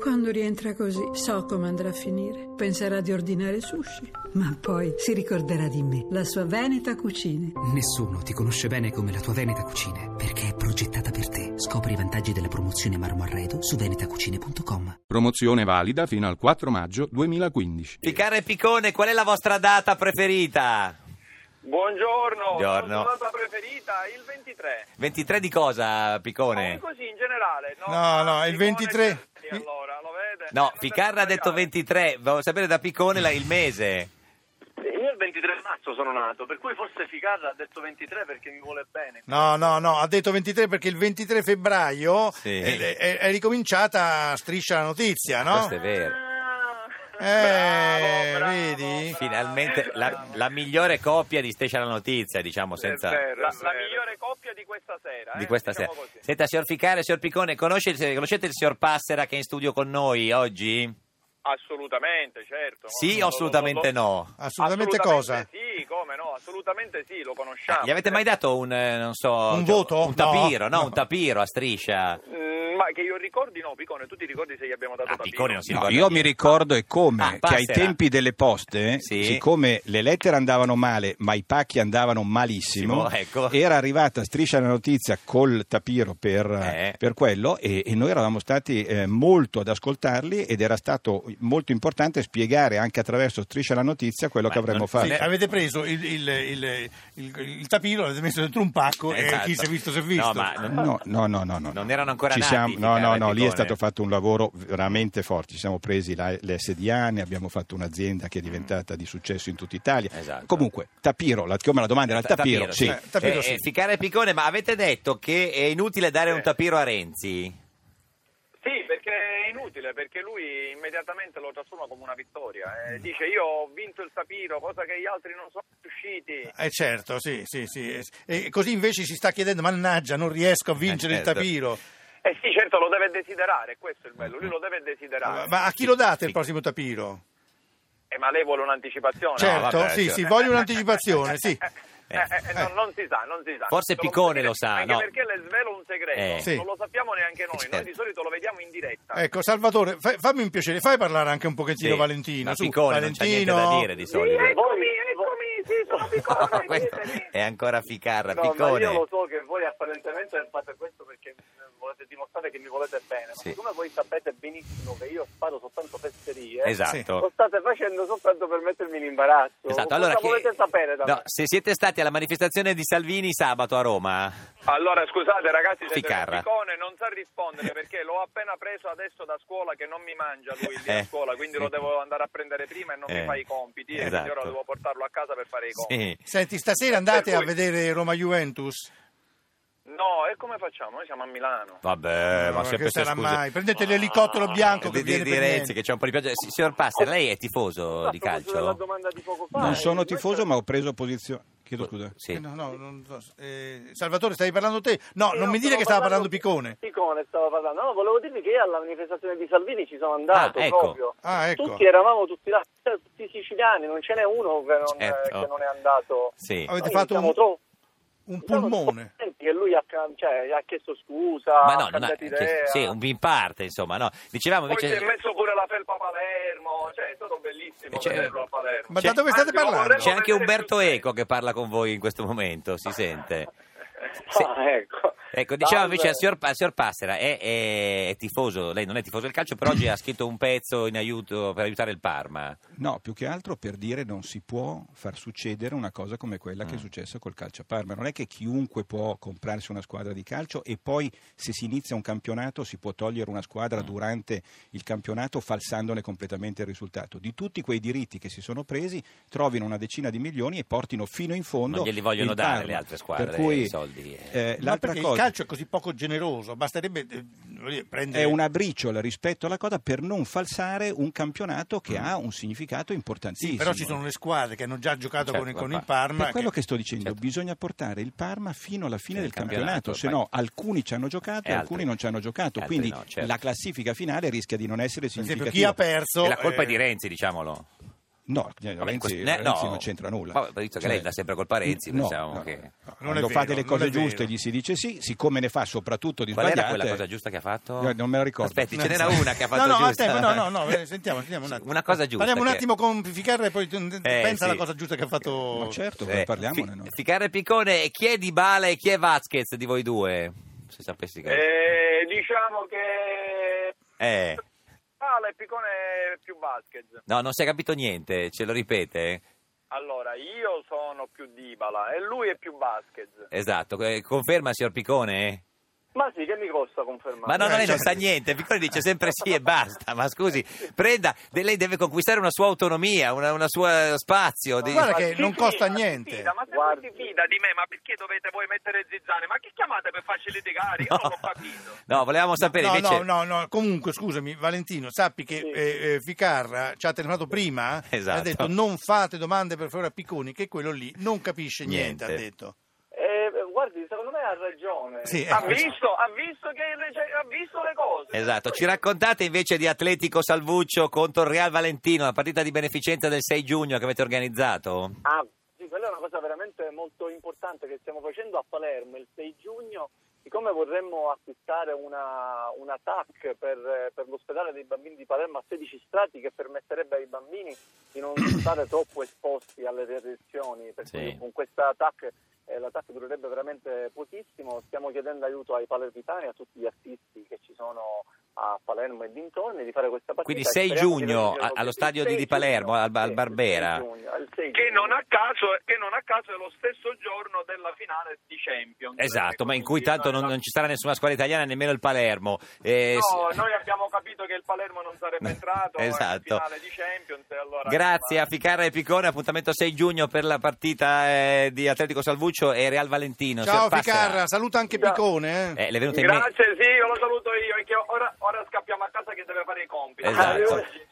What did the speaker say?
Quando rientra così, so come andrà a finire. Penserà di ordinare sushi, ma poi si ricorderà di me, la sua Veneta Cucine. Nessuno ti conosce bene come la tua Veneta Cucine, perché è progettata per te. Scopri i vantaggi della promozione Marmo Arredo su venetacucine.com. Promozione valida fino al 4 maggio 2015. Ficarra e Piccone, qual è la vostra data preferita? Buongiorno, la Buongiorno. nostra data preferita il 23. 23 di cosa, Piccone? Così in generale, no? No, il 23. Allora, lo vede? No, Ficarra ha detto 23, volevo sapere da Piccone il mese. Io il 23 marzo sono nato, per cui forse Ficarra ha detto 23 perché mi vuole bene. No, ha detto 23 perché il 23 febbraio Sì. è ricominciata Striscia la Notizia, no? Questo è vero. Bravo. Vedi? Finalmente la migliore coppia di Striscia la Notizia, diciamo, senza... La migliore coppia di questa sera. Di questa diciamo sera. così. Senta, signor Ficarra e signor Piccone, conoscete il signor Passera che è in studio con noi oggi? Assolutamente, certo. Sì o assolutamente no? Assolutamente cosa? Sì, come no, assolutamente sì, lo conosciamo. Gli avete mai dato un voto? Un tapiro, no, un tapiro a Striscia? Ma che io ricordi no, Piccone, tu ti ricordi se gli abbiamo dato tapiro? Piccone non si No, ricorda io mi niente. ricordo e come che ai Passera. tempi delle poste, Sì. siccome le lettere andavano male ma i pacchi andavano malissimo, Ecco. era arrivata Striscia la Notizia col tapiro per quello e noi eravamo stati molto ad ascoltarli ed era stato molto importante spiegare anche attraverso Striscia la Notizia quello che avremmo fatto. Sì, avete preso il tapiro, l'avete messo dentro un pacco Esatto. e chi si è visto si è visto. No, ma No. Non erano ancora Ci nati, siamo- Ficarra e lì è Piccone. stato fatto un lavoro veramente forte. Ci siamo presi le SDA, ne abbiamo fatto un'azienda che è diventata di successo in tutta Italia. Esatto. Comunque, tapiro, come la domanda era il tapiro, sì. sì. Tapiro sì. Ficarra e Piccone, ma avete detto che è inutile dare un tapiro a Renzi? Sì, perché è inutile, perché lui immediatamente lo trasforma come una vittoria. Dice io ho vinto il tapiro, cosa che gli altri non sono riusciti. Certo, sì. E così invece si sta chiedendo, mannaggia, non riesco a vincere certo. il tapiro. Sì, certo, lo deve desiderare, questo è il bello, lui lo deve desiderare. Ma a chi lo date il prossimo tapiro? Ma lei vuole un'anticipazione? Certo, vabbè, sì, certo. sì, voglio un'anticipazione, sì. Non si sa. Forse Piccone lo sa, Anche no? perché le svelo un segreto, Sì. non lo sappiamo neanche noi, Certo. noi di solito lo vediamo in diretta. Ecco, Salvatore, fammi un piacere, fai parlare anche un pochettino Sì. Valentino. Ma Su, Piccone non c'ha niente da dire di solito. Eccomi, sì, sono Piccone, Questo ditemi. è ancora Ficarra, No, ma Piccone. io lo so che voi apparentemente fate questo perché volete dimostrare che mi volete bene, ma Sì. siccome voi sapete benissimo che io sparo soltanto fesserie, Esatto. lo state facendo soltanto per mettermi in imbarazzo. Esatto, Cosa allora volete sapere da no, me? se siete stati alla manifestazione di Salvini sabato a Roma, Allora, scusate ragazzi, Ficarra. Piccone non sa rispondere perché l'ho appena preso adesso da scuola che non mi mangia lui lì a scuola, quindi lo devo andare a prendere prima e non mi fa i compiti, e quindi ora Esatto. devo portarlo a casa per fare i compiti. sì. Senti, stasera andate Per a cui- vedere Roma-Juventus? No, e come facciamo? Noi siamo a Milano. Vabbè, ma Ma sempre che sarà scusi. mai? Prendete l'elicottero bianco che Di viene per Renzi niente. che c'è un po' di pioggia. Signor Passera, lei è tifoso di A proposito della calcio? domanda di poco fa, Non sono questo- tifoso, ma ho preso posizione. Chiedo scusa. Sì. No, non so. Salvatore, stavi parlando te? No, Sì, non no, mi dire stavo che stava parlando Piccone. Piccone stava parlando. No, volevo dirvi che alla manifestazione di Salvini ci sono andato ecco. proprio. Ah, ecco. Tutti eravamo tutti là, tutti siciliani, non ce n'è uno che non, Certo. che non è andato. Sì. Avete Noi fatto siamo un siamo pulmone. contenti che lui ha chiesto scusa, Ma no, ha non ha, cambiato idea. sì, in parte, insomma, no. Dicevamo Poi si è invece messo pure la felpa a Palermo, cioè è stato bellissimo C'è- vederlo a Palermo. Ma da dove state Anzi, lo parlando? vorremmo c'è anche vedere Umberto più Eco che parla con voi in questo momento, si sente. Sì. Ah, ecco. Ecco, diciamo Salve. invece al signor Passera, è tifoso, lei non è tifoso del calcio, però oggi ha scritto un pezzo in aiuto per aiutare il Parma. No, più che altro per dire non si può far succedere una cosa come quella che è successa col calcio a Parma. Non è che chiunque può comprarsi una squadra di calcio e poi se si inizia un campionato si può togliere una squadra durante il campionato falsandone completamente il risultato. Di tutti quei diritti che si sono presi trovino una decina di milioni e portino fino in fondo. Non glieli vogliono il dare Parma. le altre squadre Per cui, i soldi. Ma l'altra perché cosa il calcio è così poco generoso, basterebbe prendere... è una briciola rispetto alla cosa per non falsare un campionato che ha un significato importantissimo. Sì, però ci sono le squadre che hanno già giocato Certo, con ma- il Parma. Per quello che- che sto dicendo, Certo. bisogna portare il Parma fino alla fine Del del campionato, campionato, se no alcuni ci hanno giocato e E alcuni altri- non ci hanno giocato, altri quindi no, certo. la classifica finale rischia di non essere Per esempio, significativa. chi ha perso... È la colpa di Renzi, diciamolo. No, Renzi non c'entra nulla. Ma visto che lei dà sempre colpa a Renzi, pensavamo che... Quando fate le cose giuste gli si dice sì, siccome ne fa soprattutto di Qual sbagliate... era quella cosa giusta che ha fatto? Non me la ricordo. Aspetti, ce n'era una che ha fatto giusta. No, sentiamo un attimo. Una cosa giusta. Parliamo un attimo con Ficarra e poi pensa alla cosa giusta che ha fatto... Ma certo, parliamone. No? Ficarra e Piccone, chi è Dybala e chi è Vázquez di voi due? Se sapessi che... Diciamo che... Dybala e Piccone più Vázquez. No, non si è capito niente, ce lo ripete? Allora, io sono più Dybala e lui è più Vázquez. Esatto, conferma signor Piccone? Ma sì, che mi costa confermare? Ma no, lei non sa niente, Piccone dice sempre sì e basta, ma scusi, lei deve conquistare una sua autonomia, una sua spazio. Guarda che non costa niente. Ma se non si fida di me, ma perché dovete voi mettere zizzane? Ma che chiamate per farci litigare? Io non ho capito. No, volevamo sapere invece... No, comunque scusami Valentino, sappi che Ficarra ci ha telefonato prima, esatto. Ha detto non fate domande per favore a Picconi, che quello lì non capisce niente. Ha detto. Guardi, secondo me ha ragione. Sì, ha visto le cose. Esatto, ci raccontate invece di Atletico Salvuccio contro il Real Valentino, la partita di beneficenza del 6 giugno che avete organizzato? Sì, quella è una cosa veramente molto importante che stiamo facendo a Palermo il 6 giugno. Siccome vorremmo acquistare una TAC per l'ospedale dei bambini di Palermo a 16 strati che permetterebbe ai bambini di non stare troppo esposti alle radiazioni, perché con questa TAC la TAC durerebbe veramente pochissimo. Stiamo chiedendo aiuto ai palermitani, a tutti gli artisti che ci sono a Palermo e dintorni di fare questa partita. Quindi 6 giugno allo stadio di Palermo, al Barbera. Che non a caso è lo stesso giorno della finale di Champions. Esatto, ma in cui tanto non ci sarà nessuna squadra italiana, nemmeno il Palermo. Noi abbiamo capito che il Palermo non sarebbe entrato esatto. in finale di Champions. E allora grazie a Ficarra e Piccone, appuntamento 6 giugno per la partita di Atletico Salvuccio e Real Valentino. Ciao Ficarra, saluta anche Piccone. Le è venuto in mente. Grazie, sì, io lo saluto io, perché ora scappiamo a casa che deve fare i compiti. Esatto.